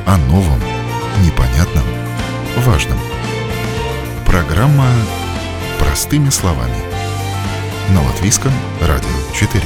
О новом, непонятном, важном. Программа «Простыми словами» на Латвийском радио 4.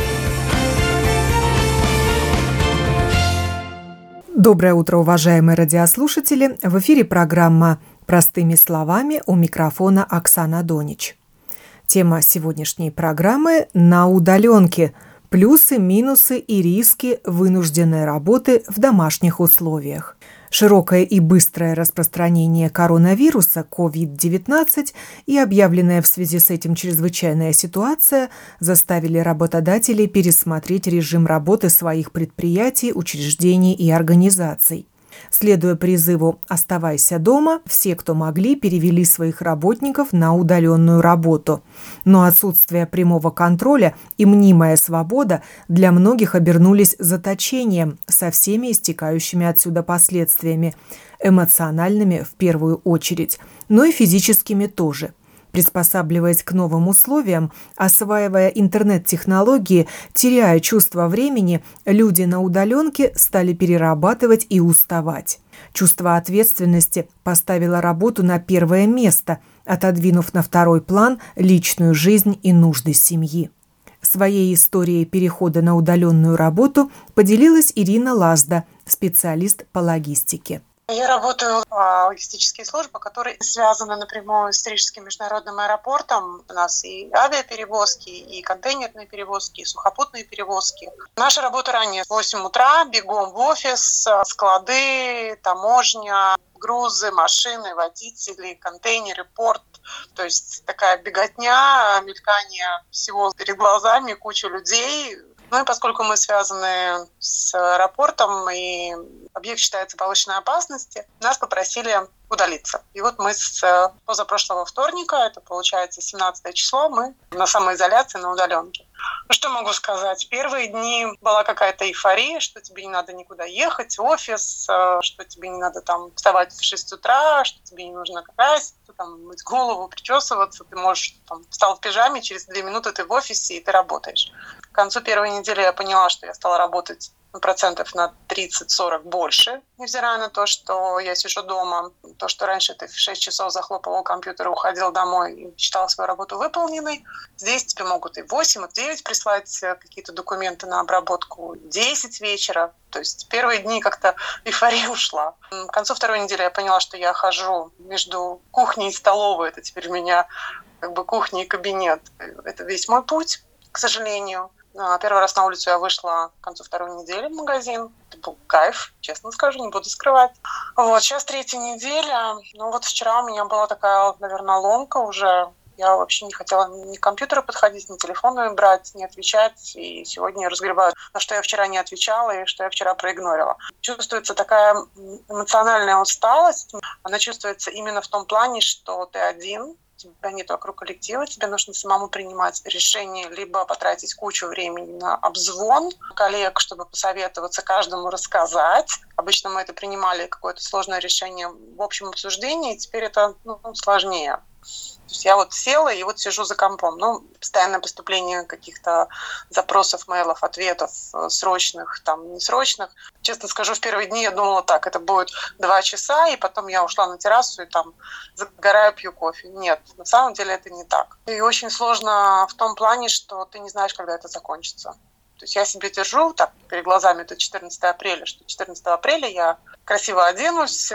Доброе утро, уважаемые радиослушатели! В эфире программа «Простыми словами», у микрофона Оксана Донич. Тема сегодняшней программы – «На удаленке. Плюсы, минусы и риски вынужденной работы в домашних условиях». Широкое и быстрое распространение коронавируса COVID-19 и объявленная в связи с этим чрезвычайная ситуация заставили работодателей пересмотреть режим работы своих предприятий, учреждений и организаций. Следуя призыву «Оставайся дома», все, кто могли, перевели своих работников на удаленную работу. Но отсутствие прямого контроля и мнимая свобода для многих обернулись заточением со всеми истекающими отсюда последствиями, эмоциональными в первую очередь, но и физическими тоже. Приспосабливаясь к новым условиям, осваивая интернет-технологии, теряя чувство времени, люди на удаленке стали перерабатывать и уставать. Чувство ответственности поставило работу на первое место, отодвинув на второй план личную жизнь и нужды семьи. Своей историей перехода на удаленную работу поделилась Ирина Лазда, специалист по логистике. Я работаю в логистические службы, которые связаны напрямую с Рижским международным аэропортом. У нас и авиаперевозки, и контейнерные перевозки, и сухопутные перевозки. Наша работа ранее. В 8 утра бегом в офис, склады, таможня, грузы, машины, водители, контейнеры, порт. То есть такая беготня, мелькание всего перед глазами, куча людей. Ну и поскольку мы связаны с аэропортом и объект считается повышенной опасности, нас попросили удалиться. И вот мы с позапрошлого вторника, это получается 17 число, мы на самоизоляции, на удаленке. Ну что могу сказать? Первые дни была какая-то эйфория, что тебе не надо никуда ехать, в офис, что тебе не надо там вставать в 6 утра, что тебе не нужно краситься, там, мыть голову, причесываться. Ты можешь, встал в пижаме, через 2 минуты ты в офисе и ты работаешь. К концу первой недели я поняла, что я стала работать процентов на 30-40 больше, невзирая на то, что я сижу дома. То, что раньше ты в 6 часов захлопывал компьютер, уходил домой и считал свою работу выполненной. Здесь тебе могут и в 8, и в 9 прислать какие-то документы на обработку, 10 вечера. То есть первые дни как-то эйфория ушла. К концу второй недели я поняла, что я хожу между кухней и столовой. Это теперь у меня кухня и кабинет. Это весь мой путь, к сожалению. Первый раз на улицу я вышла к концу второй недели в магазин. Это был кайф, честно скажу, не буду скрывать. Сейчас 3-я неделя. Вчера у меня была такая, наверное, ломка уже. Я вообще не хотела ни к компьютеру подходить, ни телефоны брать, ни отвечать. И сегодня я разгребаю, на что я вчера не отвечала и что я вчера проигнорила. Чувствуется такая эмоциональная усталость. Она чувствуется именно в том плане, что ты один, тебя нет вокруг коллектива, тебе нужно самому принимать решение, либо потратить кучу времени на обзвон коллег, чтобы посоветоваться, каждому рассказать. Обычно мы это принимали, какое-то сложное решение в общем обсуждении, и теперь это сложнее. То есть я села и сижу за компом. Постоянное поступление каких-то запросов, мейлов, ответов, срочных, несрочных. Честно скажу, в первые дни я думала так, это будет 2 часа, и потом я ушла на террасу и загораю, пью кофе. Нет, на самом деле это не так. И очень сложно в том плане, что ты не знаешь, когда это закончится. То есть я себе держу перед глазами, это 14 апреля, что 14 апреля я красиво оденусь,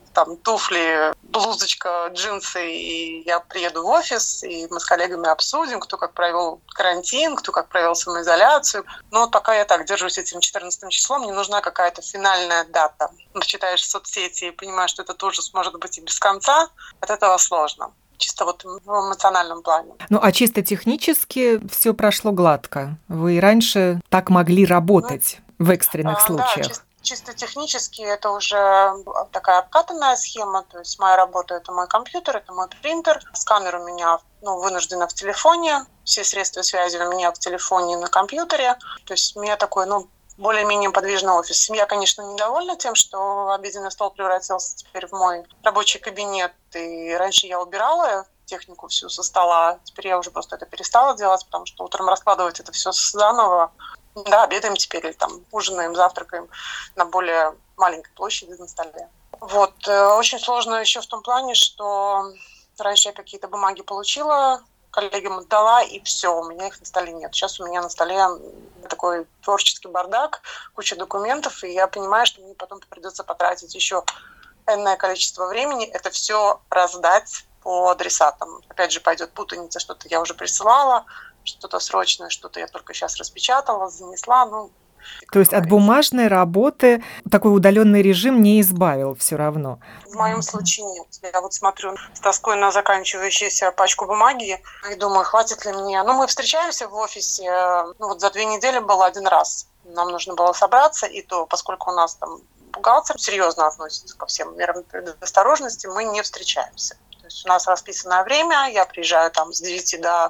туфли, блузочка, джинсы, и я приеду в офис, и мы с коллегами обсудим, кто как провел карантин, кто как провел самоизоляцию. Но пока я так держусь этим 14 числом, мне нужна какая-то финальная дата. Читаешь соцсети и понимаешь, что этот ужас может быть и без конца, от этого сложно. Чисто в эмоциональном плане. А чисто технически все прошло гладко. Вы раньше так могли работать в экстренных случаях? Да, чисто технически это уже такая обкатанная схема. То есть моя работа — это мой компьютер, это мой принтер. Сканер у меня вынужденно в телефоне. Все средства связи у меня в телефоне и на компьютере. То есть у меня такой, более-менее подвижный офис. Семья, конечно, недовольна тем, что обеденный стол превратился теперь в мой рабочий кабинет. И раньше я убирала технику всю со стола. Теперь я уже просто это перестала делать, потому что утром раскладывать это все заново Да, обедаем теперь, или там ужинаем, завтракаем на более маленькой площади на столе. Вот. Очень сложно еще в том плане, что раньше я какие-то бумаги получила, коллегам отдала, и все, у меня их на столе нет. Сейчас у меня на столе такой творческий бардак, куча документов, и я понимаю, что мне потом придется потратить еще энное количество времени, это все раздать по адресатам. Опять же, пойдет путаница, что-то я уже присылала, что-то срочное, что-то я только сейчас распечатала, занесла. То есть от бумажной работы такой удаленный режим не избавил все равно? В моем случае нет. Я вот смотрю с тоской на заканчивающуюся пачку бумаги и думаю, хватит ли мне. Мы встречаемся в офисе, за 2 недели было 1 раз. Нам нужно было собраться, и то, поскольку у нас там бухгалтер серьезно относится ко всем мерам предосторожности, мы не встречаемся. То есть у нас расписанное время, я приезжаю там с 9 до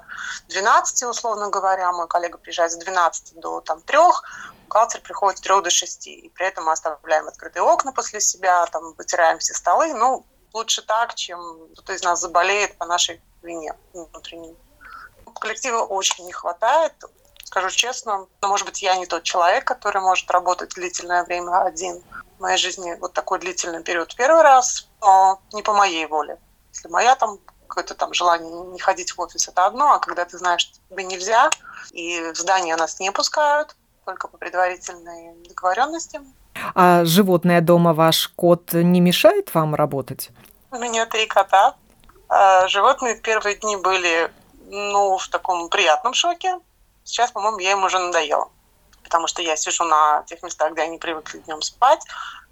12, условно говоря, мой коллега приезжает с 12 до 3, бухгалтер приходит с 3 до 6, и при этом мы оставляем открытые окна после себя, вытираем все столы. Лучше так, чем кто-то из нас заболеет по нашей вине внутренней. Коллектива очень не хватает, скажу честно, но, может быть, я не тот человек, который может работать длительное время один. В моей жизни вот такой длительный период первый раз, но не по моей воле. Если моя какое-то желание не ходить в офис, это одно, а когда ты знаешь, что тебе нельзя, и в здание нас не пускают, только по предварительной договоренности. А животное дома, ваш кот, не мешает вам работать? У меня 3 кота. Животные в первые дни были, в таком приятном шоке. Сейчас, по-моему, я им уже надоела. Потому что я сижу на тех местах, где они привыкли днем спать.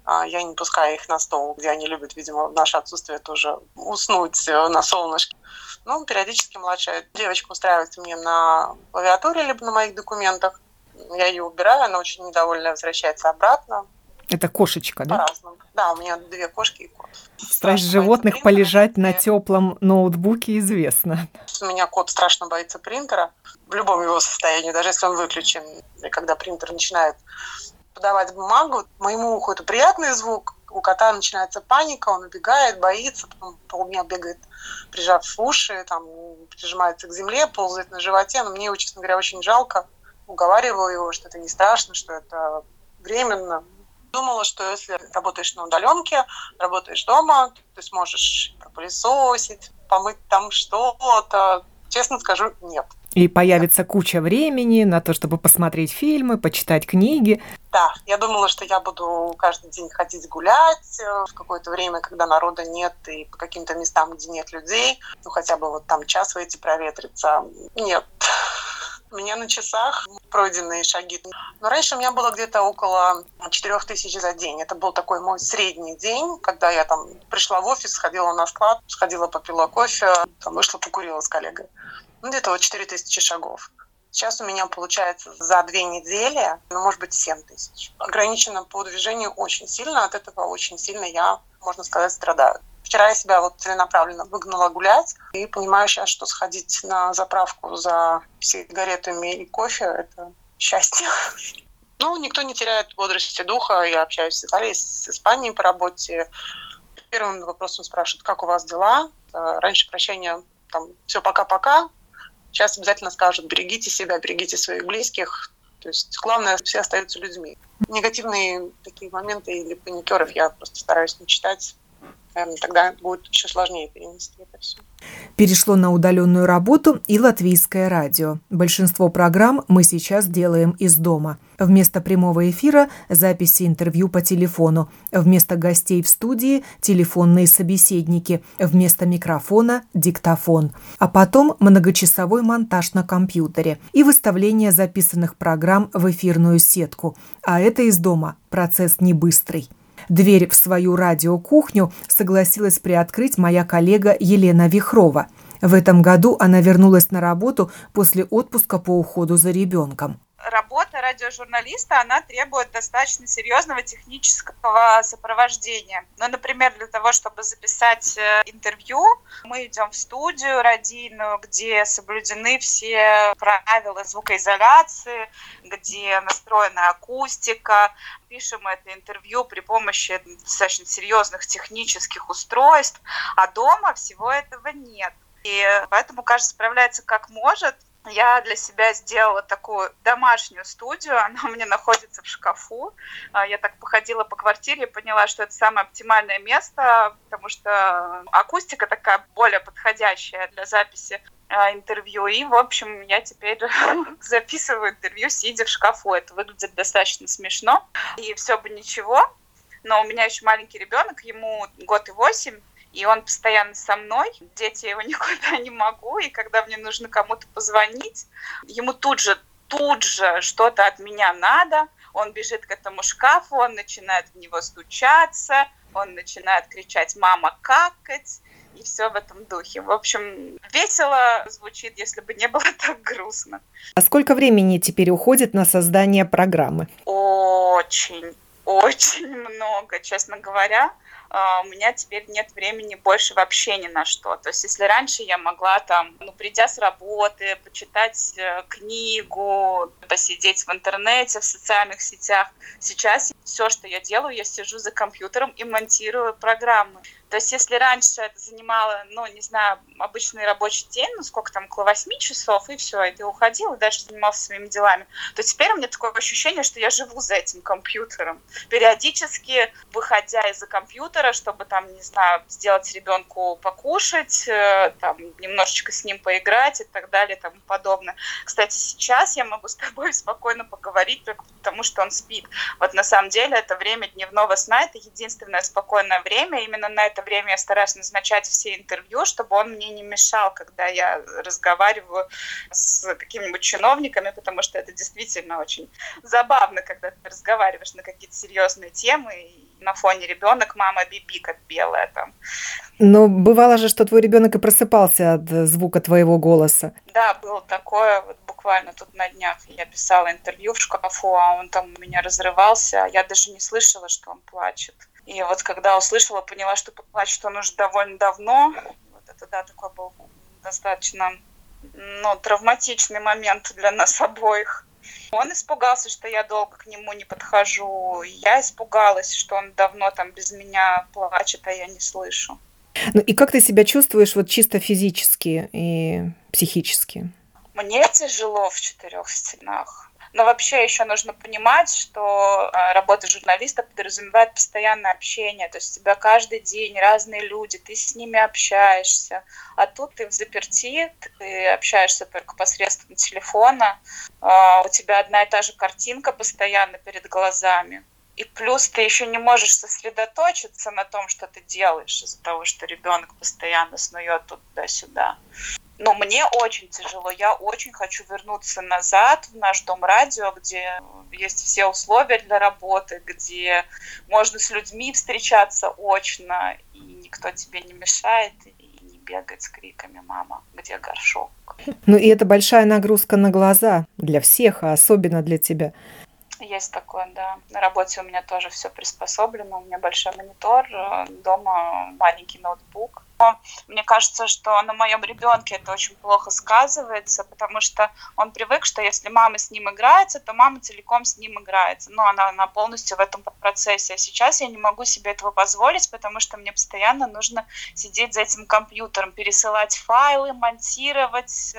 Я не пускаю их на стол, где они любят, видимо, в наше отсутствие тоже уснуть на солнышке. Периодически младшая девочка устраивается мне на клавиатуре либо на моих документах. Я ее убираю, она очень недовольная, возвращается обратно. Это кошечка, да? По-разному. Да, у меня 2 кошки и кот. Страсть животных полежать на теплом ноутбуке известна. У меня кот страшно боится принтера в любом его состоянии, даже если он выключен. И когда принтер начинает подавать бумагу, моему уху это приятный звук, у кота начинается паника, он убегает, боится, потом полдня бегает, прижав уши, прижимается к земле, ползает на животе. Но мне его, честно говоря, очень жалко. Уговаривала его, что это не страшно, что это временно. Думала, что если работаешь на удаленке, работаешь дома, ты сможешь пропылесосить, помыть там что-то. Честно скажу, нет. И появится куча времени на то, чтобы посмотреть фильмы, почитать книги. Да, я думала, что я буду каждый день ходить гулять в какое-то время, когда народа нет, и по каким-то местам, где нет людей. Хотя бы час выйти проветриться. Нет. У меня на часах пройденные шаги. Но раньше у меня было где-то около 4000 за день. Это был такой мой средний день, когда я пришла в офис, сходила на склад, сходила, попила кофе, вышла, покурила с коллегой. Где-то 4000 шагов. Сейчас у меня получается за 2 недели, может быть, 7000. Ограничено по движению очень сильно, от этого очень сильно я, можно сказать, страдаю. Вчера я себя целенаправленно выгнала гулять и понимаю сейчас, что сходить на заправку за сигаретами и кофе – это счастье. Никто не теряет бодрости духа. Я общаюсь с Италией, с Испанией по работе. Первым вопросом спрашивают, как у вас дела? Раньше прощания, все пока-пока. Сейчас обязательно скажут, берегите себя, берегите своих близких. То есть главное, все остаются людьми. Негативные такие моменты или паникеров я просто стараюсь не читать. Наверное, тогда будет еще сложнее перенести это все. Перешло на удаленную работу и Латвийское радио. Большинство программ мы сейчас делаем из дома. Вместо прямого эфира – записи интервью по телефону. Вместо гостей в студии – телефонные собеседники. Вместо микрофона – диктофон. А потом многочасовой монтаж на компьютере и выставление записанных программ в эфирную сетку. А это из дома. Процесс не быстрый. Дверь в свою радиокухню согласилась приоткрыть моя коллега Елена Вихрова. В этом году она вернулась на работу после отпуска по уходу за ребенком. Работа радиожурналиста, она требует достаточно серьезного технического сопровождения. Например, для того, чтобы записать интервью, мы идем в студию радийную, где соблюдены все правила звукоизоляции, где настроена акустика. Пишем это интервью при помощи достаточно серьезных технических устройств, а дома всего этого нет. И поэтому каждый справляется как может. Я для себя сделала такую домашнюю студию, она у меня находится в шкафу. Я так походила по квартире и поняла, что это самое оптимальное место, потому что акустика такая более подходящая для записи интервью. И, в общем, я теперь записываю интервью, сидя в шкафу. Это выглядит достаточно смешно. И все бы ничего, но у меня еще маленький ребенок, ему 1 год и 8 месяцев. И он постоянно со мной, деть я его никуда не могу, и когда мне нужно кому-то позвонить, ему тут же что-то от меня надо, он бежит к этому шкафу, он начинает в него стучаться, он начинает кричать «мама, какать», и все в этом духе. В общем, весело звучит, если бы не было так грустно. А сколько времени теперь уходит на создание программы? Очень много, честно говоря. У меня теперь нет времени больше вообще ни на что. То есть если раньше я могла придя с работы, почитать книгу, посидеть в интернете, в социальных сетях, сейчас все, что я делаю, я сижу за компьютером и монтирую программы. То есть если раньше это занимало, обычный рабочий день, около 8 часов, и все, и ты уходил, и дальше занимался своими делами, то теперь у меня такое ощущение, что я живу за этим компьютером. Периодически, выходя из-за компьютера, чтобы сделать ребенку покушать, немножечко с ним поиграть и так далее, и тому подобное. Кстати, сейчас я могу с тобой спокойно поговорить, только потому что он спит. Вот на самом деле это время дневного сна, это единственное спокойное время, именно на это время я стараюсь назначать все интервью, чтобы он мне не мешал, когда я разговариваю с какими-нибудь чиновниками, потому что это действительно очень забавно, когда ты разговариваешь на какие-то серьезные темы, и на фоне ребенок, мама бибикает белая там. Но бывало же, что твой ребенок и просыпался от звука твоего голоса. Да, было такое, буквально тут на днях я писала интервью в шкафу, а он там у меня разрывался, я даже не слышала, что он плачет. И вот когда услышала, поняла, что плачет он уже довольно давно. Вот это, такой был достаточно, травматичный момент для нас обоих. Он испугался, что я долго к нему не подхожу. Я испугалась, что он давно без меня плачет, а я не слышу. И как ты себя чувствуешь чисто физически и психически? Мне тяжело в 4 стенах. Но вообще еще нужно понимать, что работа журналиста подразумевает постоянное общение. То есть у тебя каждый день разные люди, ты с ними общаешься. А тут ты взаперти, ты общаешься только посредством телефона. У тебя одна и та же картинка постоянно перед глазами. И плюс ты еще не можешь сосредоточиться на том, что ты делаешь, из-за того, что ребенок постоянно снует туда-сюда. Но мне очень тяжело. Я очень хочу вернуться назад в наш дом радио, где есть все условия для работы, где можно с людьми встречаться очно, и никто тебе не мешает, и не бегает с криками «мама, где горшок?». И это большая нагрузка на глаза для всех, а особенно для тебя. Есть такое, да. На работе у меня тоже все приспособлено. У меня большой монитор, дома маленький ноутбук. Но мне кажется, что на моем ребенке это очень плохо сказывается, потому что он привык, что если мама с ним играется, то мама целиком с ним играется. Она полностью в этом процессе. А сейчас я не могу себе этого позволить, потому что мне постоянно нужно сидеть за этим компьютером, пересылать файлы, монтировать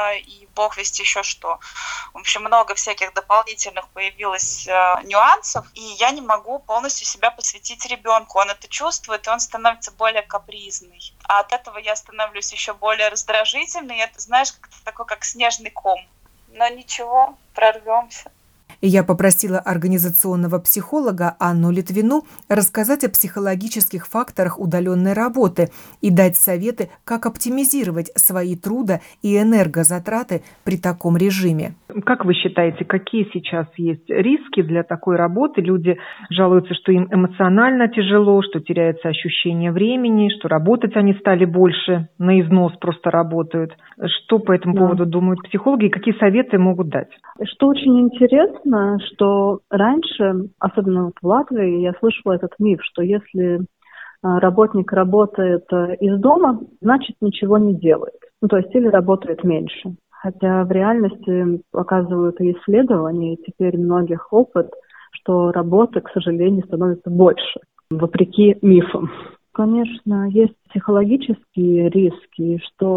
и бог весть еще что. В общем, много всяких дополнительных появилось нюансов, и я не могу полностью себя посвятить ребенку. Он это чувствует, и он становится более капризный. А от этого я становлюсь еще более раздражительной, и это, такой, как снежный ком. Но ничего, прорвемся. Я попросила организационного психолога Анну Литвину рассказать о психологических факторах удаленной работы и дать советы, как оптимизировать свои трудо- и энергозатраты при таком режиме. Как вы считаете, какие сейчас есть риски для такой работы? Люди жалуются, что им эмоционально тяжело, что теряется ощущение времени, что работать они стали больше, на износ просто работают. Что по этому поводу думают психологи и какие советы могут дать? Что очень интересно, что раньше, особенно в Латвии, я слышала этот миф, что если работник работает из дома, значит ничего не делает. То есть или работает меньше. Хотя в реальности показывают и исследования, и теперь многих опыт, что работы, к сожалению, становится больше, вопреки мифам. Конечно, есть психологические риски, что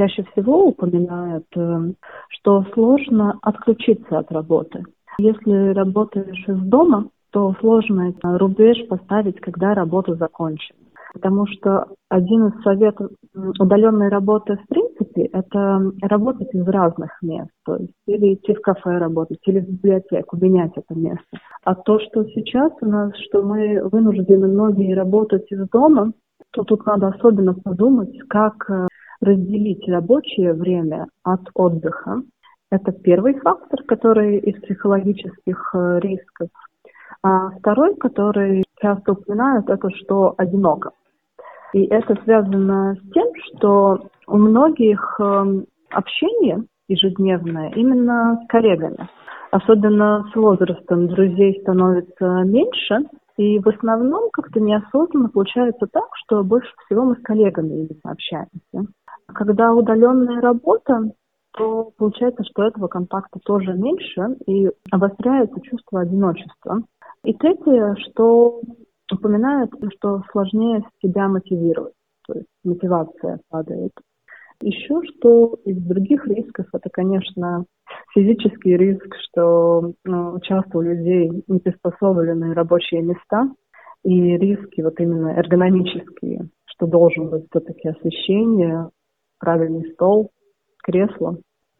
чаще всего упоминают, что сложно отключиться от работы. Если работаешь из дома, то сложно рубеж поставить, когда работа закончена. Потому что один из советов удаленной работы в принципе – это работать из разных мест. То есть или идти в кафе работать, или в библиотеку, менять это место. А то, что сейчас у нас, что мы вынуждены многие работать из дома, то тут надо особенно подумать, как разделить рабочее время от отдыха. Это первый фактор, который из психологических рисков. А второй, который часто упоминают, это что одиноко. И это связано с тем, что у многих общение ежедневное именно с коллегами. Особенно с возрастом друзей становится меньше, и в основном как-то неосознанно получается так, что больше всего мы с коллегами именно общаемся. А когда удаленная работа, то получается, что этого контакта тоже меньше, и обостряется чувство одиночества. И третье, что упоминают, что сложнее себя мотивировать, то есть мотивация падает. Еще что из других рисков, это, конечно, физический риск, что часто у людей неприспособленные рабочие места, и риски вот именно эргономические, что должен быть все-таки освещение, правильный стол, кресло.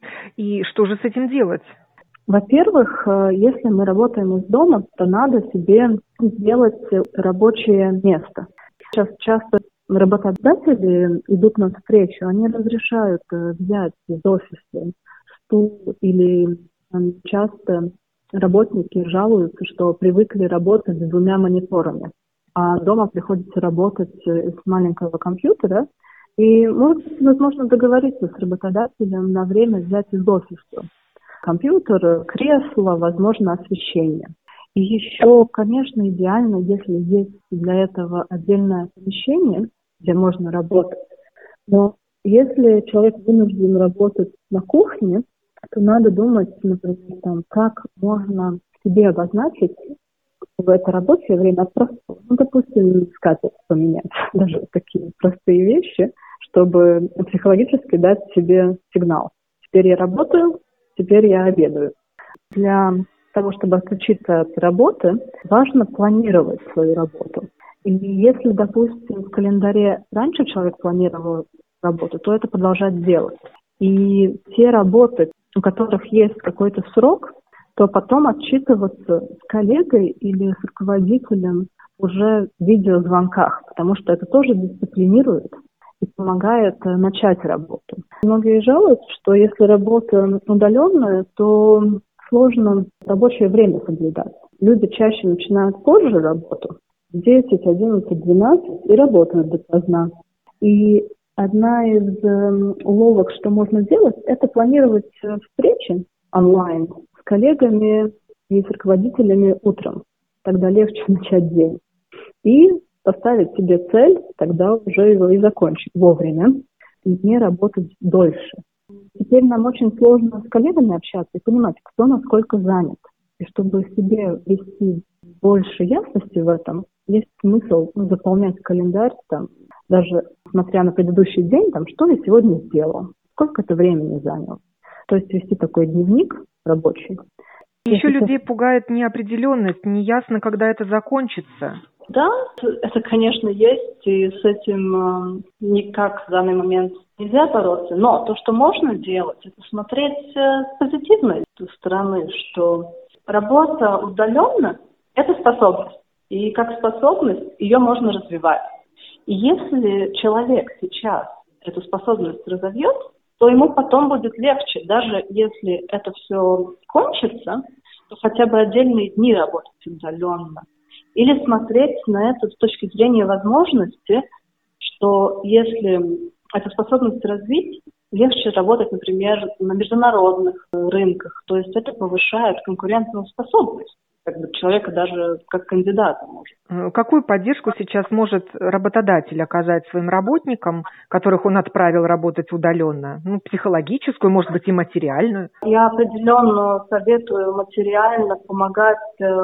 И что же с этим делать? Во-первых, если мы работаем из дома, то надо себе сделать рабочее место. Сейчас часто работодатели идут навстречу, они разрешают взять из офиса стул, или часто работники жалуются, что привыкли работать с 2 мониторами, а дома приходится работать с маленького компьютера, и возможно договориться с работодателем на время взять из офиса компьютер, кресло, возможно, освещение. И еще, конечно, идеально, если есть для этого отдельное помещение, где можно работать. Но если человек вынужден работать на кухне, то надо думать, например, как можно себе обозначить в это рабочее время от простого. Допустим, скатерть поменять. Даже такие простые вещи, чтобы психологически дать себе сигнал. Теперь я работаю, теперь я обедаю. Для того, чтобы отключиться от работы, важно планировать свою работу. И если, допустим, в календаре раньше человек планировал работу, то это продолжать делать. И те работы, у которых есть какой-то срок, то потом отчитываться с коллегой или с руководителем уже в видеозвонках, потому что это тоже дисциплинирует и помогает начать работу. Многие жалуются, что если работа удаленная, то сложно рабочее время соблюдать. Люди чаще начинают позже работу, в 10, 11, 12, и работают допоздна. И одна из уловок, что можно делать, это планировать встречи онлайн с коллегами и с руководителями утром. Тогда легче начать день. И поставить себе цель, тогда уже его и закончить вовремя, и не работать дольше. Теперь нам очень сложно с коллегами общаться и понимать, кто насколько занят. И чтобы себе ввести больше ясности в этом, есть смысл заполнять календарь, даже смотря на предыдущий день, что я сегодня сделал, сколько это времени заняло. То есть вести такой дневник рабочий. Еще людей пугает неопределенность, неясно, когда это закончится. Да, это, конечно, есть, и с этим никак в данный момент нельзя бороться. Но то, что можно делать, это смотреть с позитивной стороны, что работа удаленно – это способность. И как способность ее можно развивать. И если человек сейчас эту способность разовьет, то ему потом будет легче. Даже если это все кончится, то хотя бы отдельные дни работать удаленно. Или смотреть на это с точки зрения возможности, что если эту способность развить, легче работать, например, на международных рынках. То есть это повышает конкурентную способность человека даже как кандидата может. Какую поддержку сейчас может работодатель оказать своим работникам, которых он отправил работать удаленно? Психологическую, может быть, и материальную? Я определенно советую материально помогать,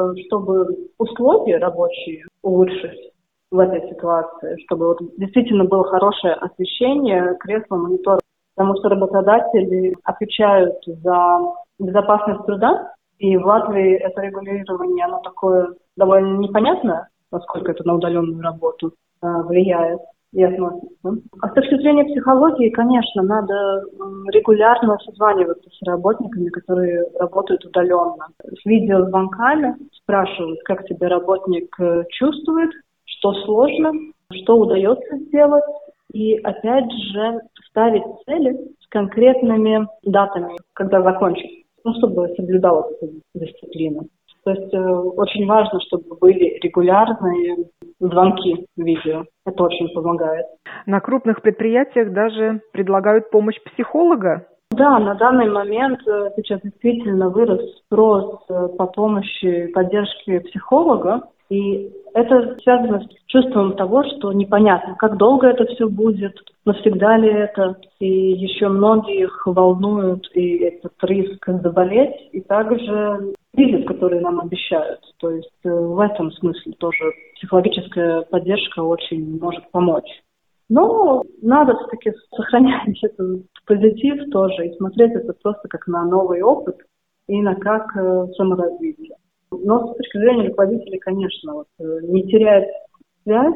чтобы условия рабочие улучшить в этой ситуации, чтобы действительно было хорошее освещение, кресло, монитор. потому что работодатели отвечают за безопасность труда, и в Латвии это регулирование, оно такое довольно непонятное, насколько это на удаленную работу влияет и относится. А с точки зрения психологии, конечно, надо регулярно созваниваться с работниками, которые работают удаленно. С видеозвонками спрашивают, как себя работник чувствует, что сложно, что удается сделать. И опять же ставить цели с конкретными датами, когда закончить, чтобы соблюдалась эта дисциплина. То есть очень важно, чтобы были регулярные звонки видео. Это очень помогает. На крупных предприятиях даже предлагают помощь психолога. Да, на данный момент сейчас действительно вырос спрос по помощи и поддержке психолога. И это связано с чувством того, что непонятно, как долго это все будет, навсегда ли это. И еще многих волнует и этот риск заболеть, и также кризис, который нам обещают. То есть в этом смысле тоже психологическая поддержка очень может помочь. Но надо все-таки сохранять этот позитив тоже и смотреть это просто как на новый опыт и на как саморазвитие. Но с точки зрения руководителей, конечно, не терять связь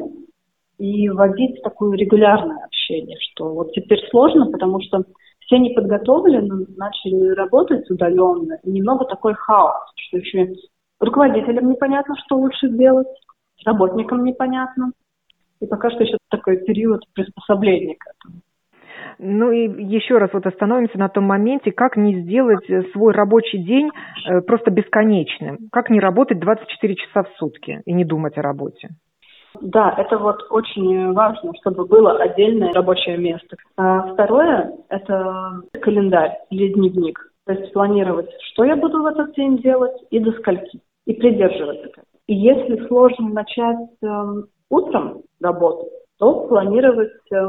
и вводить такое регулярное общение, что вот теперь сложно, потому что все неподготовлены, начали работать удаленно, и немного такой хаос, что еще руководителям непонятно, что лучше делать, работникам непонятно, и пока что еще такой период приспособления к этому. Ну и еще раз остановимся на том моменте, как не сделать свой рабочий день просто бесконечным, как не работать 24 часа в сутки и не думать о работе. Да, это очень важно, чтобы было отдельное рабочее место. Второе – это календарь или дневник. То есть планировать, что я буду в этот день делать и до скольки, и придерживаться этого. И если сложно начать утром работать, то планировать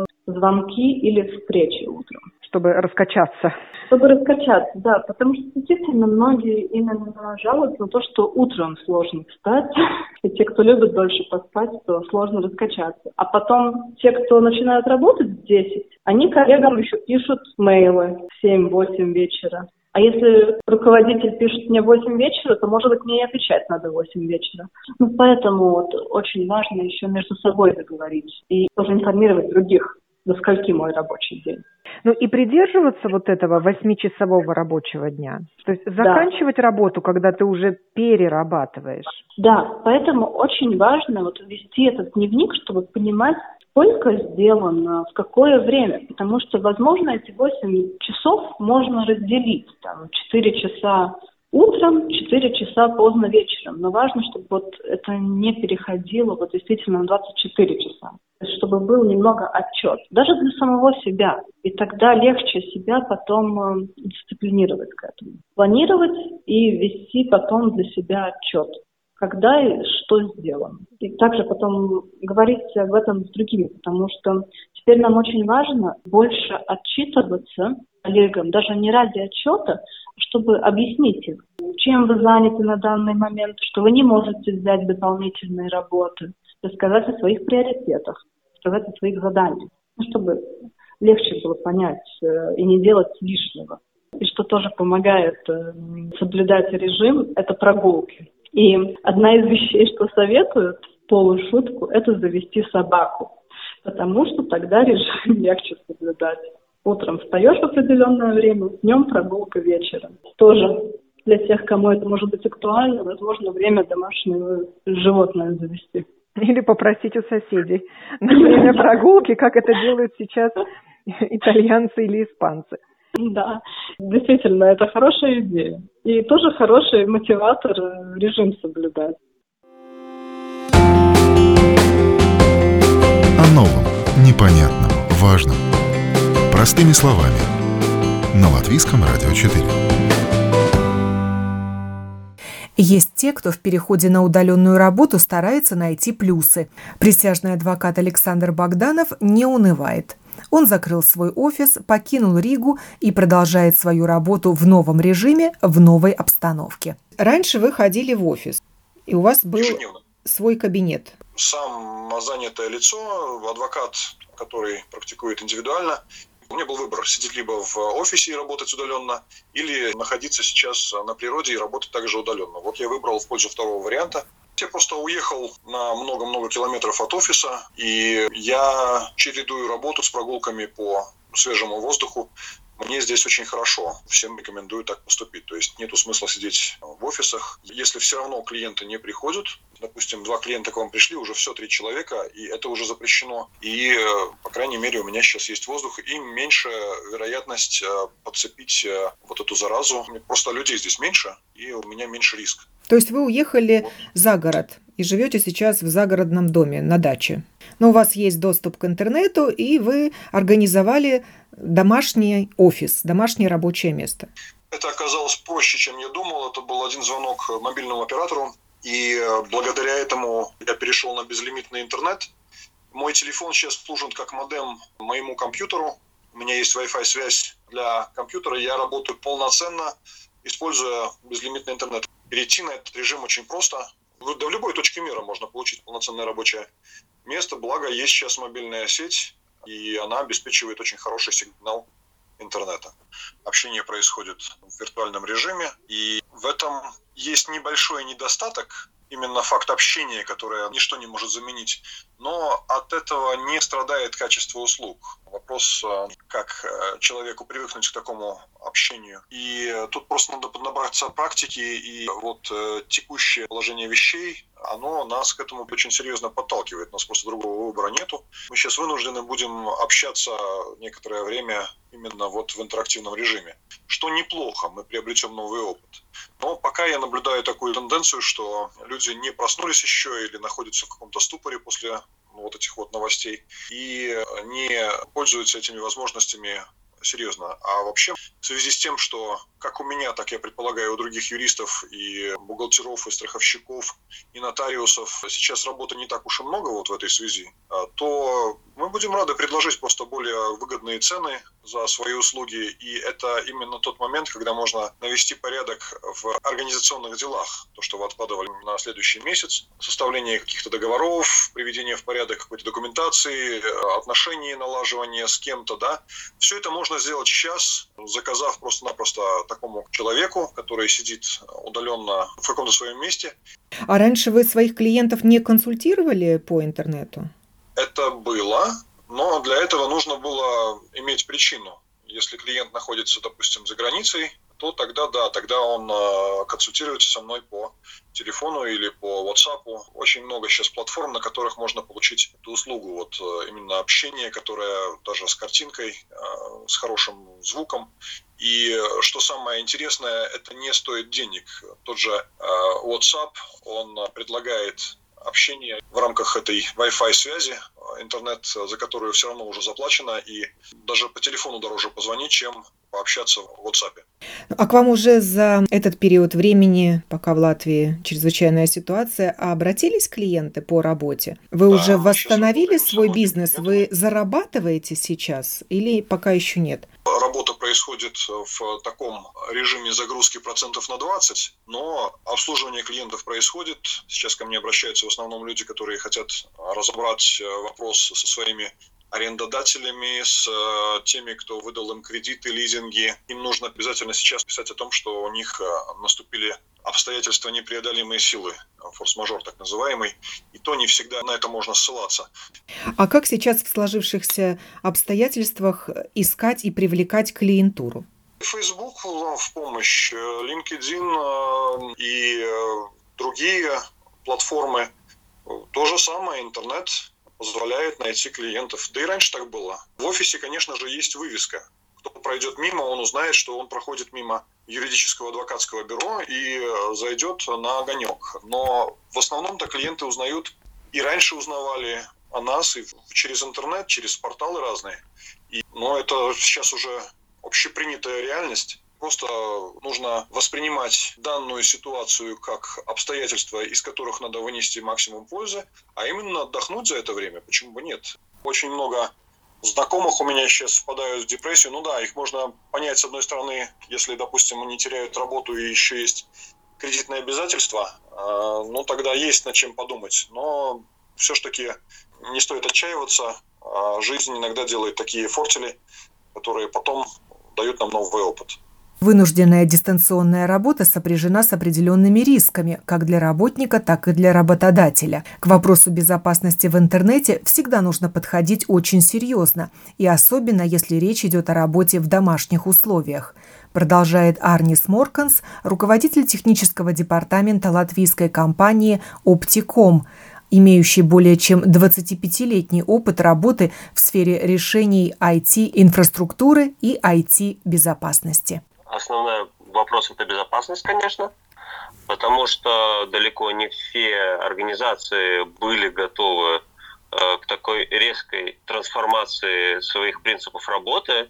звонки или встречи утром. Чтобы раскачаться. Чтобы раскачаться, да, потому что действительно многие именно жалуются на то, что утром сложно встать, и те, кто любит дольше поспать, то сложно раскачаться. А потом те, кто начинают работать в 10, они коллегам еще пишут мейлы в 7-8 вечера. А если руководитель пишет мне в 8 вечера, то, может быть, мне и отвечать надо в 8 вечера. Поэтому очень важно еще между собой договориться и тоже информировать других, до скольки мой рабочий день. Ну и придерживаться этого 8-часового рабочего дня. То есть заканчивать работу, когда ты уже перерабатываешь. Да, поэтому очень важно вести этот дневник, чтобы понимать, сколько сделано, в какое время. Потому что, возможно, эти 8 часов можно разделить. 4 часа утром, 4 часа поздно вечером. Но важно, чтобы это не переходило действительно на 24 часа. То есть, чтобы был немного отчет. Даже для самого себя. И тогда легче себя потом дисциплинировать к этому. Планировать и вести потом для себя отчет. Когда и что сделано. И также потом говорить об этом с другими, потому что теперь нам очень важно больше отчитываться коллегам, даже не ради отчета, чтобы объяснить им, чем вы заняты на данный момент, что вы не можете взять дополнительные работы, рассказать о своих приоритетах, рассказать о своих заданиях, чтобы легче было понять и не делать лишнего. И что тоже помогает соблюдать режим, это прогулки. И одна из вещей, что советуют, полушутку, это завести собаку, потому что тогда режим легче соблюдать. Утром встаешь в определенное время, днем прогулка вечером. Тоже для тех, кому это может быть актуально, возможно, время домашнего животное завести. Или попросить у соседей на время прогулки, как это делают сейчас итальянцы или испанцы. Да, действительно, это хорошая идея. И тоже хороший мотиватор режим соблюдать. О новом, непонятном, важном. Простыми словами. На Латвийском радио 4. Есть те, кто в переходе на удаленную работу старается найти плюсы. Присяжный адвокат Александр Богданов не унывает. Он закрыл свой офис, покинул Ригу и продолжает свою работу в новом режиме, в новой обстановке. Раньше вы ходили в офис, и у вас был свой кабинет. Сам занятое лицо, адвокат, который практикует индивидуально, У меня был выбор сидеть либо в офисе и работать удаленно, или находиться сейчас на природе и работать также удаленно. Вот я выбрал в пользу второго варианта. Я просто уехал на много-много километров от офиса, и я чередую работу с прогулками по свежему воздуху. Мне здесь очень хорошо. Всем рекомендую так поступить. То есть нету смысла сидеть в офисах. Если все равно клиенты не приходят, допустим, 2 клиента к вам пришли, уже все 3 человека, и это уже запрещено. И, по крайней мере, у меня сейчас есть воздух, и меньше вероятность подцепить вот эту заразу. Просто людей здесь меньше, и у меня меньше риск. То есть вы уехали за город и живете сейчас в загородном доме на даче. Но у вас есть доступ к интернету, и вы организовали домашний офис, домашнее рабочее место. Это оказалось проще, чем я думал. Это был один звонок мобильному оператору, и благодаря этому я перешел на безлимитный интернет. Мой телефон сейчас служит как модем моему компьютеру. У меня есть Wi-Fi связь для компьютера, я работаю полноценно, используя безлимитный интернет. Перейти на этот режим очень просто. Да в любой точке мира можно получить полноценное рабочее место. Благо, есть сейчас мобильная сеть, и она обеспечивает очень хороший сигнал интернета. Общение происходит в виртуальном режиме, и в этом есть небольшой недостаток, именно факт общения, которое ничто не может заменить, но от этого не страдает качество услуг. Вопрос, как человеку привыкнуть к такому общению. И тут просто надо набраться практики, и вот текущее положение вещей, оно нас к этому очень серьезно подталкивает. У нас просто другого выбора нету. Мы сейчас вынуждены будем общаться некоторое время именно вот в интерактивном режиме, что неплохо, мы приобретем новый опыт. Но пока я наблюдаю такую тенденцию, что люди не проснулись еще или находятся в каком-то ступоре после вот этих вот новостей и не пользуются этими возможностями серьезно. А вообще, в связи с тем, что как у меня, так я предполагаю, у других юристов и бухгалтеров, и страховщиков, и нотариусов сейчас работы не так уж и много вот в этой связи, то мы будем рады предложить просто более выгодные цены за свои услуги. И это именно тот момент, когда можно навести порядок в организационных делах. То, что вы откладывали на следующий месяц, составление каких-то договоров, приведение в порядок какой-то документации, отношений, налаживание с кем-то, да. Все это можно сделать сейчас, заказав просто-напросто такому человеку, который сидит удаленно в каком-то своем месте. А раньше вы своих клиентов не консультировали по интернету? Это было, но для этого нужно было иметь причину. Если клиент находится, допустим, за границей, то тогда да, тогда он консультируется со мной по телефону или по WhatsApp. Очень много сейчас платформ, на которых можно получить эту услугу. Вот именно общение, которое даже с картинкой, с хорошим звуком. И что самое интересное, это не стоит денег. Тот же WhatsApp, он предлагает общение в рамках этой Wi-Fi связи, интернет, за которую все равно уже заплачено, и даже по телефону дороже позвонить, чем пообщаться в WhatsApp. А к вам уже за этот период времени, пока в Латвии чрезвычайная ситуация, обратились клиенты по работе? Вы уже восстановили свой бизнес? Вы зарабатываете сейчас или пока еще нет? Работа происходит в таком режиме загрузки процентов на 20, но обслуживание клиентов происходит. Сейчас ко мне обращаются в основном люди, которые хотят разобрать вопрос со своими арендодателями, с теми, кто выдал им кредиты, лизинги. Им нужно обязательно сейчас писать о том, что у них наступили обстоятельства непреодолимой силы, форс-мажор так называемый, и то не всегда на это можно ссылаться. А как сейчас в сложившихся обстоятельствах искать и привлекать клиентуру? Facebook в помощь, LinkedIn и другие платформы. То же самое, интернет позволяет найти клиентов. Да и раньше так было. В офисе, конечно же, есть вывеска. Кто пройдет мимо, он узнает, что он проходит мимо юридического адвокатского бюро и зайдет на огонек. Но в основном-то клиенты узнают, и раньше узнавали о нас и через интернет, через порталы разные. Но это сейчас уже общепринятая реальность. Просто нужно воспринимать данную ситуацию как обстоятельства, из которых надо вынести максимум пользы, а именно отдохнуть за это время. Почему бы нет? Очень много знакомых у меня сейчас впадают в депрессию. Ну да, их можно понять с одной стороны, если, допустим, они теряют работу и еще есть кредитные обязательства, ну тогда есть над чем подумать. Но все-таки не стоит отчаиваться. Жизнь иногда делает такие фортели, которые потом дают нам новый опыт. Вынужденная дистанционная работа сопряжена с определенными рисками, как для работника, так и для работодателя. К вопросу безопасности в интернете всегда нужно подходить очень серьезно, и особенно, если речь идет о работе в домашних условиях, продолжает Арнис Морканс, руководитель технического департамента латвийской компании «Оптиком», имеющий более чем 25-летний опыт работы в сфере решений IT-инфраструктуры и IT-безопасности. Основной вопрос – это безопасность, конечно, потому что далеко не все организации были готовы к такой резкой трансформации своих принципов работы,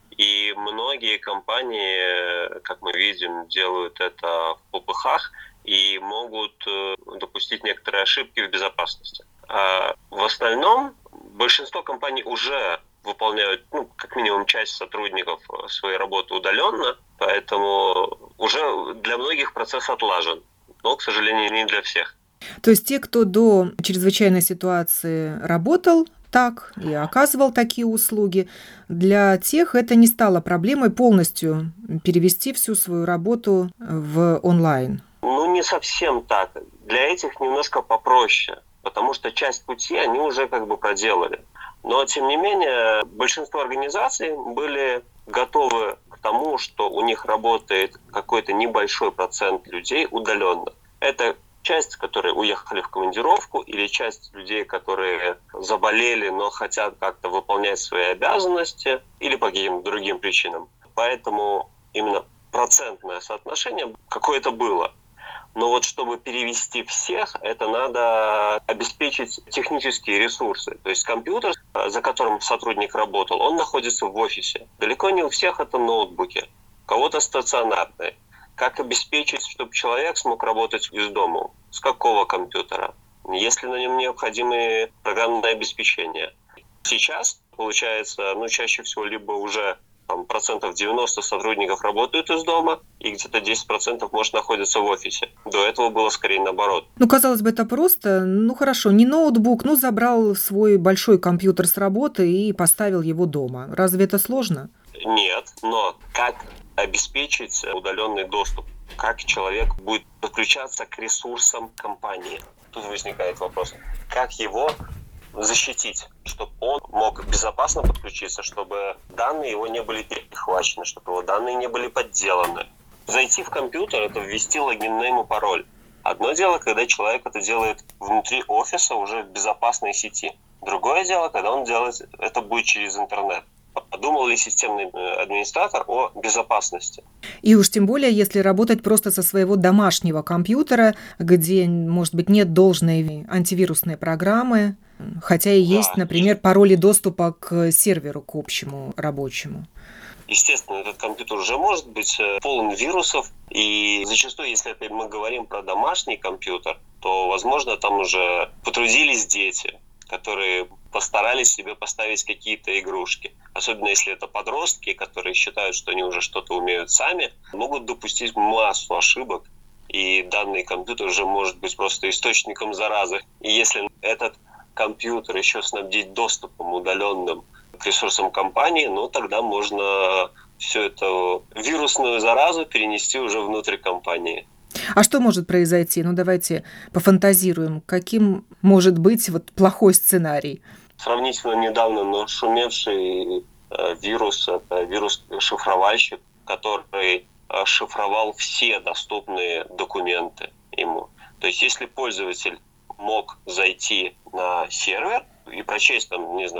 и многие компании, как мы видим, делают это в попыхах и могут допустить некоторые ошибки в безопасности. А в остальном большинство компаний уже выполняют, как минимум часть сотрудников своей работы удаленно, поэтому уже для многих процесс отлажен, но, к сожалению, не для всех. То есть те, кто до чрезвычайной ситуации работал так и оказывал такие услуги, для тех это не стало проблемой полностью перевести всю свою работу в онлайн? Не совсем так. Для этих немножко попроще, потому что часть пути они уже проделали. Но, тем не менее, большинство организаций были готовы к тому, что у них работает какой-то небольшой процент людей удаленно. Это часть, которые уехали в командировку, или часть людей, которые заболели, но хотят как-то выполнять свои обязанности, или по каким-то другим причинам. Поэтому именно процентное соотношение какое-то было. Но чтобы перевести всех, это надо обеспечить технические ресурсы. То есть компьютер, за которым сотрудник работал, он находится в офисе. Далеко не у всех это ноутбуки, у кого-то стационарные. Как обеспечить, чтобы человек смог работать из дома? С какого компьютера? Есть ли на нем необходимые программное обеспечение? Сейчас, получается, чаще всего либо уже процентов 90 сотрудников работают из дома, и где-то 10% может находиться в офисе. До этого было скорее наоборот. Казалось бы, это просто, хорошо, не ноутбук, забрал свой большой компьютер с работы и поставил его дома. Разве это сложно? Нет, но как обеспечить удаленный доступ? Как человек будет подключаться к ресурсам компании? Тут возникает вопрос, как его защитить, чтобы он мог безопасно подключиться, чтобы данные его не были перехвачены, чтобы его данные не были подделаны. Зайти в компьютер – это ввести логин-нейм и пароль. Одно дело, когда человек это делает внутри офиса, уже в безопасной сети. Другое дело, когда он делает это будет через интернет. Подумал ли системный администратор о безопасности? И уж тем более, если работать просто со своего домашнего компьютера, где, может быть, нет должной антивирусной программы, хотя и есть, например, пароли доступа к серверу, к общему рабочему. Естественно, этот компьютер уже может быть полон вирусов, и зачастую, если мы говорим про домашний компьютер, то, возможно, там уже потрудились дети, которые постарались себе поставить какие-то игрушки. Особенно если это подростки, которые считают, что они уже что-то умеют сами, могут допустить массу ошибок, и данный компьютер уже может быть просто источником заразы. И если этот компьютер еще снабдить доступом удаленным к ресурсам компании, тогда можно всю эту вирусную заразу перенести уже внутрь компании. А что может произойти? Давайте пофантазируем. Каким может быть плохой сценарий? Сравнительно недавно шумевший вирус – это вирус-шифровальщик, который шифровал все доступные документы ему. То есть, если пользователь мог зайти на сервер и прочесть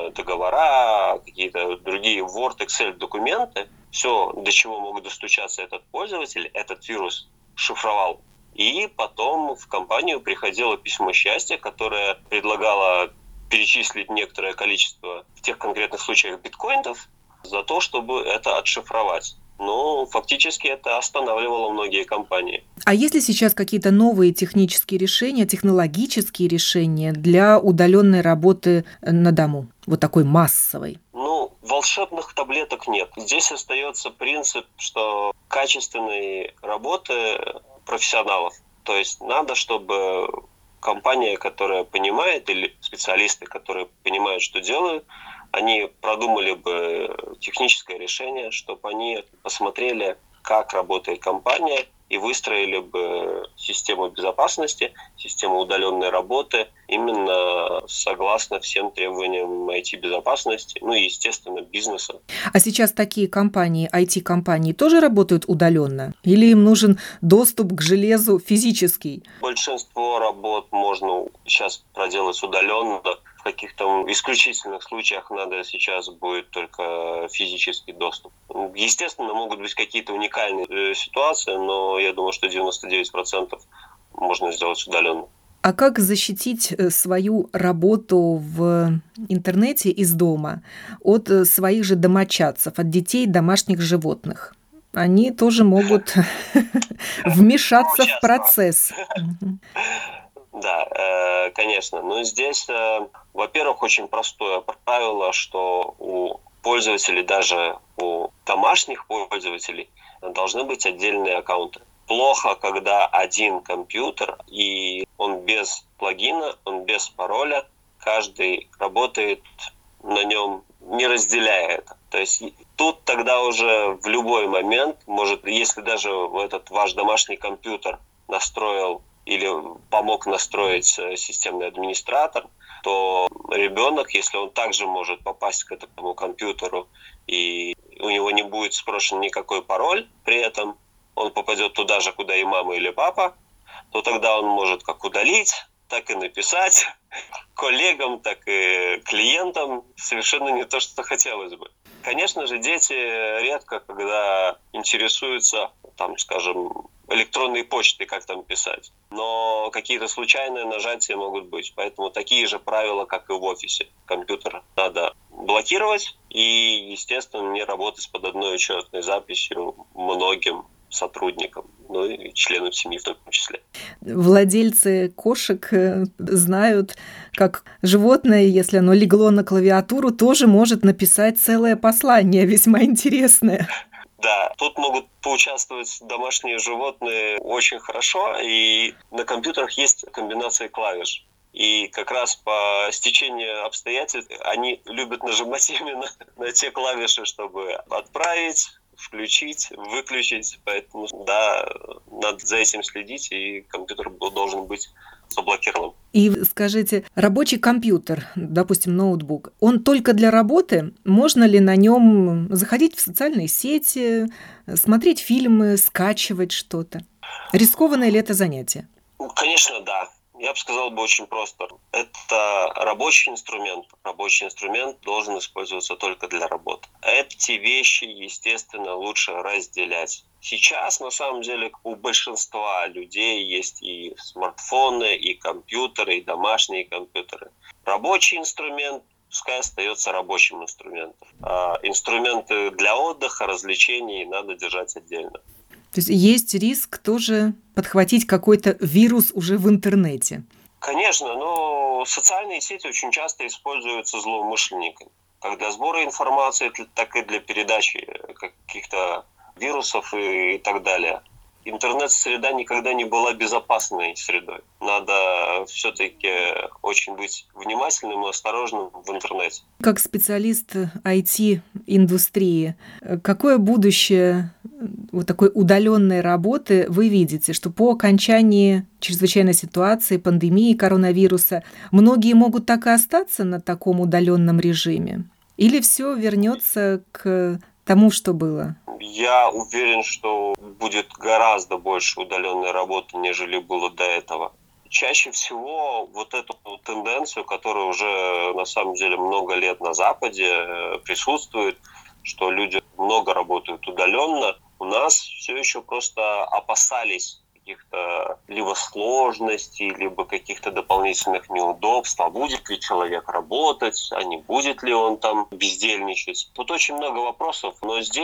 договора, какие-то другие Word, Excel документы, все, до чего мог достучаться этот пользователь, этот вирус шифровал. И потом в компанию приходило письмо счастья, которое предлагало перечислить некоторое количество в тех конкретных случаях биткоинов за то, чтобы это отшифровать. Фактически это останавливало многие компании. А есть ли сейчас какие-то новые технические решения, технологические решения для удаленной работы на дому? Такой массовой? Волшебных таблеток нет. Здесь остается принцип, что качественной работы профессионалов. То есть надо, чтобы компания, которая понимает, или специалисты, которые понимают, что делают, они продумали бы техническое решение, чтобы они посмотрели, как работает компания, и выстроили бы систему безопасности, систему удаленной работы именно согласно всем требованиям IT-безопасности, и, естественно, бизнеса. А сейчас такие компании, IT-компании, тоже работают удаленно? Или им нужен доступ к железу физический? Большинство работ можно сейчас проделать удаленно. В каких-то исключительных случаях надо сейчас будет только физический доступ. Естественно, могут быть какие-то уникальные ситуации, но я думаю, что 99% можно сделать удаленно. А как защитить свою работу в интернете из дома от своих же домочадцев, от детей домашних животных? Они тоже могут вмешаться в процесс. Да, конечно. Но здесь, во-первых, очень простое правило, что у пользователей, даже у домашних пользователей, должны быть отдельные аккаунты. Плохо, когда один компьютер, и он без плагина, он без пароля, каждый работает на нем, не разделяя это. То есть тут тогда уже в любой момент, может, если даже этот ваш домашний компьютер настроил или помог настроить системный администратор, то ребенок, если он также может попасть к этому компьютеру, и у него не будет спрошен никакой пароль при этом, он попадет туда же, куда и мама или папа, то тогда он может как удалить, так и написать коллегам, так и клиентам совершенно не то, что хотелось бы. Конечно же, дети редко, когда интересуются, скажем, электронной почтой, как там писать. Но какие-то случайные нажатия могут быть. Поэтому такие же правила, как и в офисе. Компьютер надо блокировать и, естественно, не работать под одной учетной записью многим сотрудникам, и членам семьи в том числе. Владельцы кошек знают, как животное, если оно легло на клавиатуру, тоже может написать целое послание, весьма интересное. Да, тут могут поучаствовать домашние животные очень хорошо, и на компьютерах есть комбинация клавиш. И как раз по стечению обстоятельств они любят нажимать именно на те клавиши, чтобы отправить, включить, выключить. Поэтому, да, надо за этим следить, и компьютер должен быть заблокирован. И скажите, рабочий компьютер, допустим, ноутбук, он только для работы? Можно ли на нем заходить в социальные сети, смотреть фильмы, скачивать что-то? Рискованное ли это занятие? Конечно, да. Я бы сказал очень просто. Это рабочий инструмент. Рабочий инструмент должен использоваться только для работы. Эти вещи, естественно, лучше разделять. Сейчас, на самом деле, у большинства людей есть и смартфоны, и компьютеры, и домашние компьютеры. Рабочий инструмент пускай остается рабочим инструментом. А инструменты для отдыха, развлечений надо держать отдельно. То есть риск тоже подхватить какой-то вирус уже в интернете? Конечно, но социальные сети очень часто используются злоумышленниками. Как для сбора информации, так и для передачи каких-то вирусов и так далее. Интернет-среда никогда не была безопасной средой. Надо все-таки очень быть внимательным и осторожным в интернете. Как специалист IT-индустрии, какое будущее вот такой удаленной работы вы видите, что по окончании чрезвычайной ситуации, пандемии коронавируса, многие могут так и остаться на таком удаленном режиме? Или все вернется к тому, что было? Я уверен, что будет гораздо больше удаленной работы, нежели было до этого. Чаще всего вот эту тенденцию, которая уже на самом деле много лет на Западе присутствует, что люди много работают удаленно, у нас все еще просто опасались каких-то либо сложностей, либо каких-то дополнительных неудобств, а будет ли человек работать, а не будет ли он там бездельничать. Тут очень много вопросов, но здесь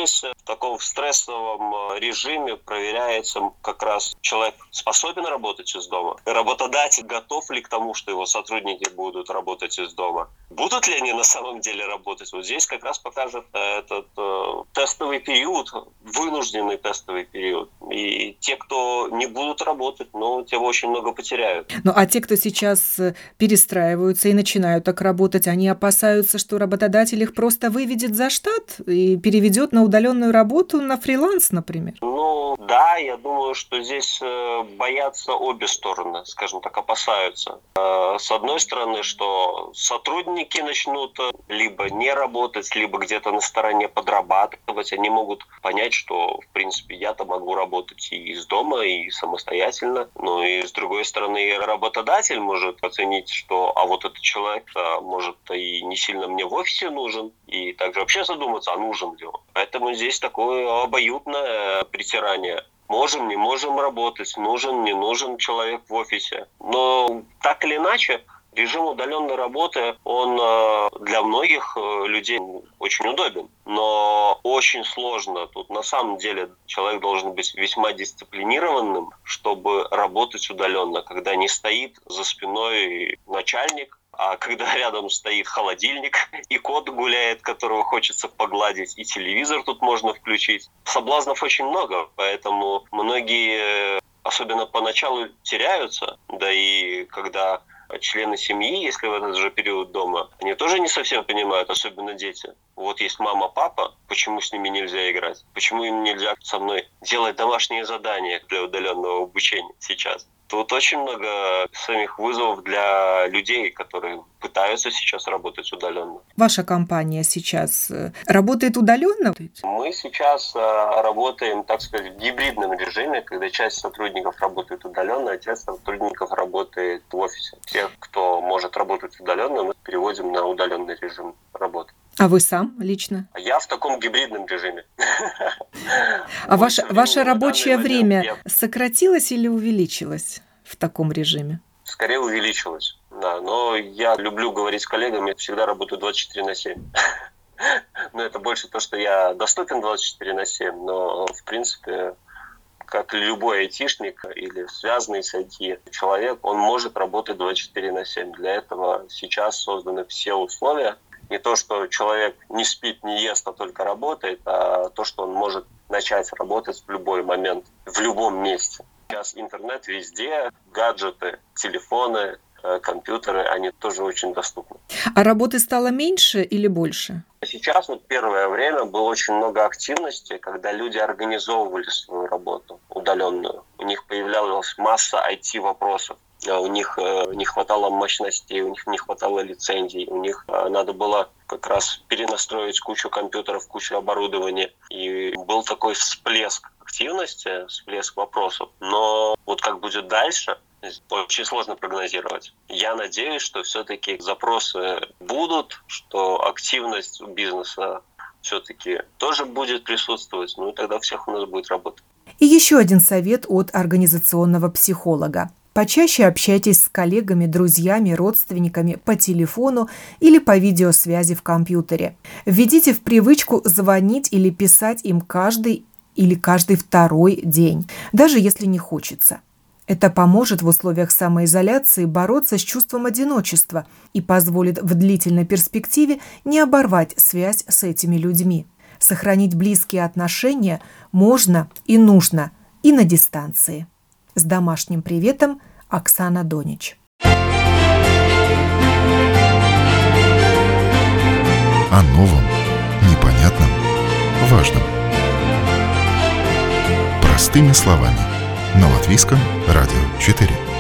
В таком стрессовом режиме проверяется как раз человек способен работать из дома. Работодатель готов ли к тому, что его сотрудники будут работать из дома. Будут ли они на самом деле работать? Вот здесь как раз покажет этот тестовый период, вынужденный тестовый период. И те, кто не будут работать, те очень много потеряют. А те, кто сейчас перестраиваются и начинают так работать, они опасаются, что работодатель их просто выведет за штат и переведет на удаленную работу, на фриланс, например? Да, я думаю, что здесь боятся обе стороны, скажем так, опасаются. С одной стороны, что сотрудники начнут либо не работать, либо где-то на стороне подрабатывать. Они могут понять, что, в принципе, я-то могу работать и из дома, и самостоятельно. И с другой стороны, и работодатель может оценить, что вот этот человек, может, и не сильно мне в офисе нужен, и также вообще задуматься, нужен ли он. Поэтому здесь такое обоюдное притирание. Можем, не можем работать, нужен, не нужен человек в офисе. Но так или иначе, режим удаленной работы, он для многих людей очень удобен. Но очень сложно. Тут на самом деле человек должен быть весьма дисциплинированным, чтобы работать удаленно, когда не стоит за спиной начальник, а когда рядом стоит холодильник, и кот гуляет, которого хочется погладить, и телевизор тут можно включить. Соблазнов очень много, поэтому многие, особенно поначалу, теряются. Да и когда члены семьи, если в этот же период дома, они тоже не совсем понимают, особенно дети. Вот есть мама, папа, почему с ними нельзя играть? Почему им нельзя со мной делать домашние задания для удаленного обучения сейчас? Тут очень много самих вызовов для людей, которые пытаются сейчас работать удаленно. Ваша компания сейчас работает удаленно? Мы сейчас работаем, так сказать, в гибридном режиме, когда часть сотрудников работает удаленно, а часть сотрудников работает в офисе. Тех, кто может работать удаленно, мы переводим на удаленный режим работы. А вы сам лично? Я в таком гибридном режиме. А ваше рабочее время сократилось или увеличилось в таком режиме? Скорее увеличилось, да. Но я люблю говорить с коллегами, я всегда работаю 24/7. Но это больше то, что я доступен 24/7, но в принципе, как любой айтишник или связанный с IT человек, он может работать 24/7. Для этого сейчас созданы все условия. Не то, что человек не спит, не ест, а только работает, а то, что он может начать работать в любой момент, в любом месте. Сейчас интернет везде, гаджеты, телефоны, компьютеры, они тоже очень доступны. А работы стало меньше или больше? Сейчас первое время было очень много активности, когда люди организовывали свою работу удаленную. У них появлялась масса IT-вопросов. У них не хватало мощностей, у них не хватало лицензий, у них надо было как раз перенастроить кучу компьютеров, кучу оборудования. И был такой всплеск активности, всплеск вопросов. Но вот как будет дальше, очень сложно прогнозировать. Я надеюсь, что все-таки запросы будут, что активность у бизнеса все-таки тоже будет присутствовать, и тогда всех у нас будет работать. И еще один совет от организационного психолога. Почаще общайтесь с коллегами, друзьями, родственниками по телефону или по видеосвязи в компьютере. Введите в привычку звонить или писать им каждый или каждый второй день, даже если не хочется. Это поможет в условиях самоизоляции бороться с чувством одиночества и позволит в длительной перспективе не оборвать связь с этими людьми. Сохранить близкие отношения можно и нужно и на дистанции. С домашним приветом, Оксана Донич. О новом, непонятном, важном. Простыми словами. На Латвийском радио 4.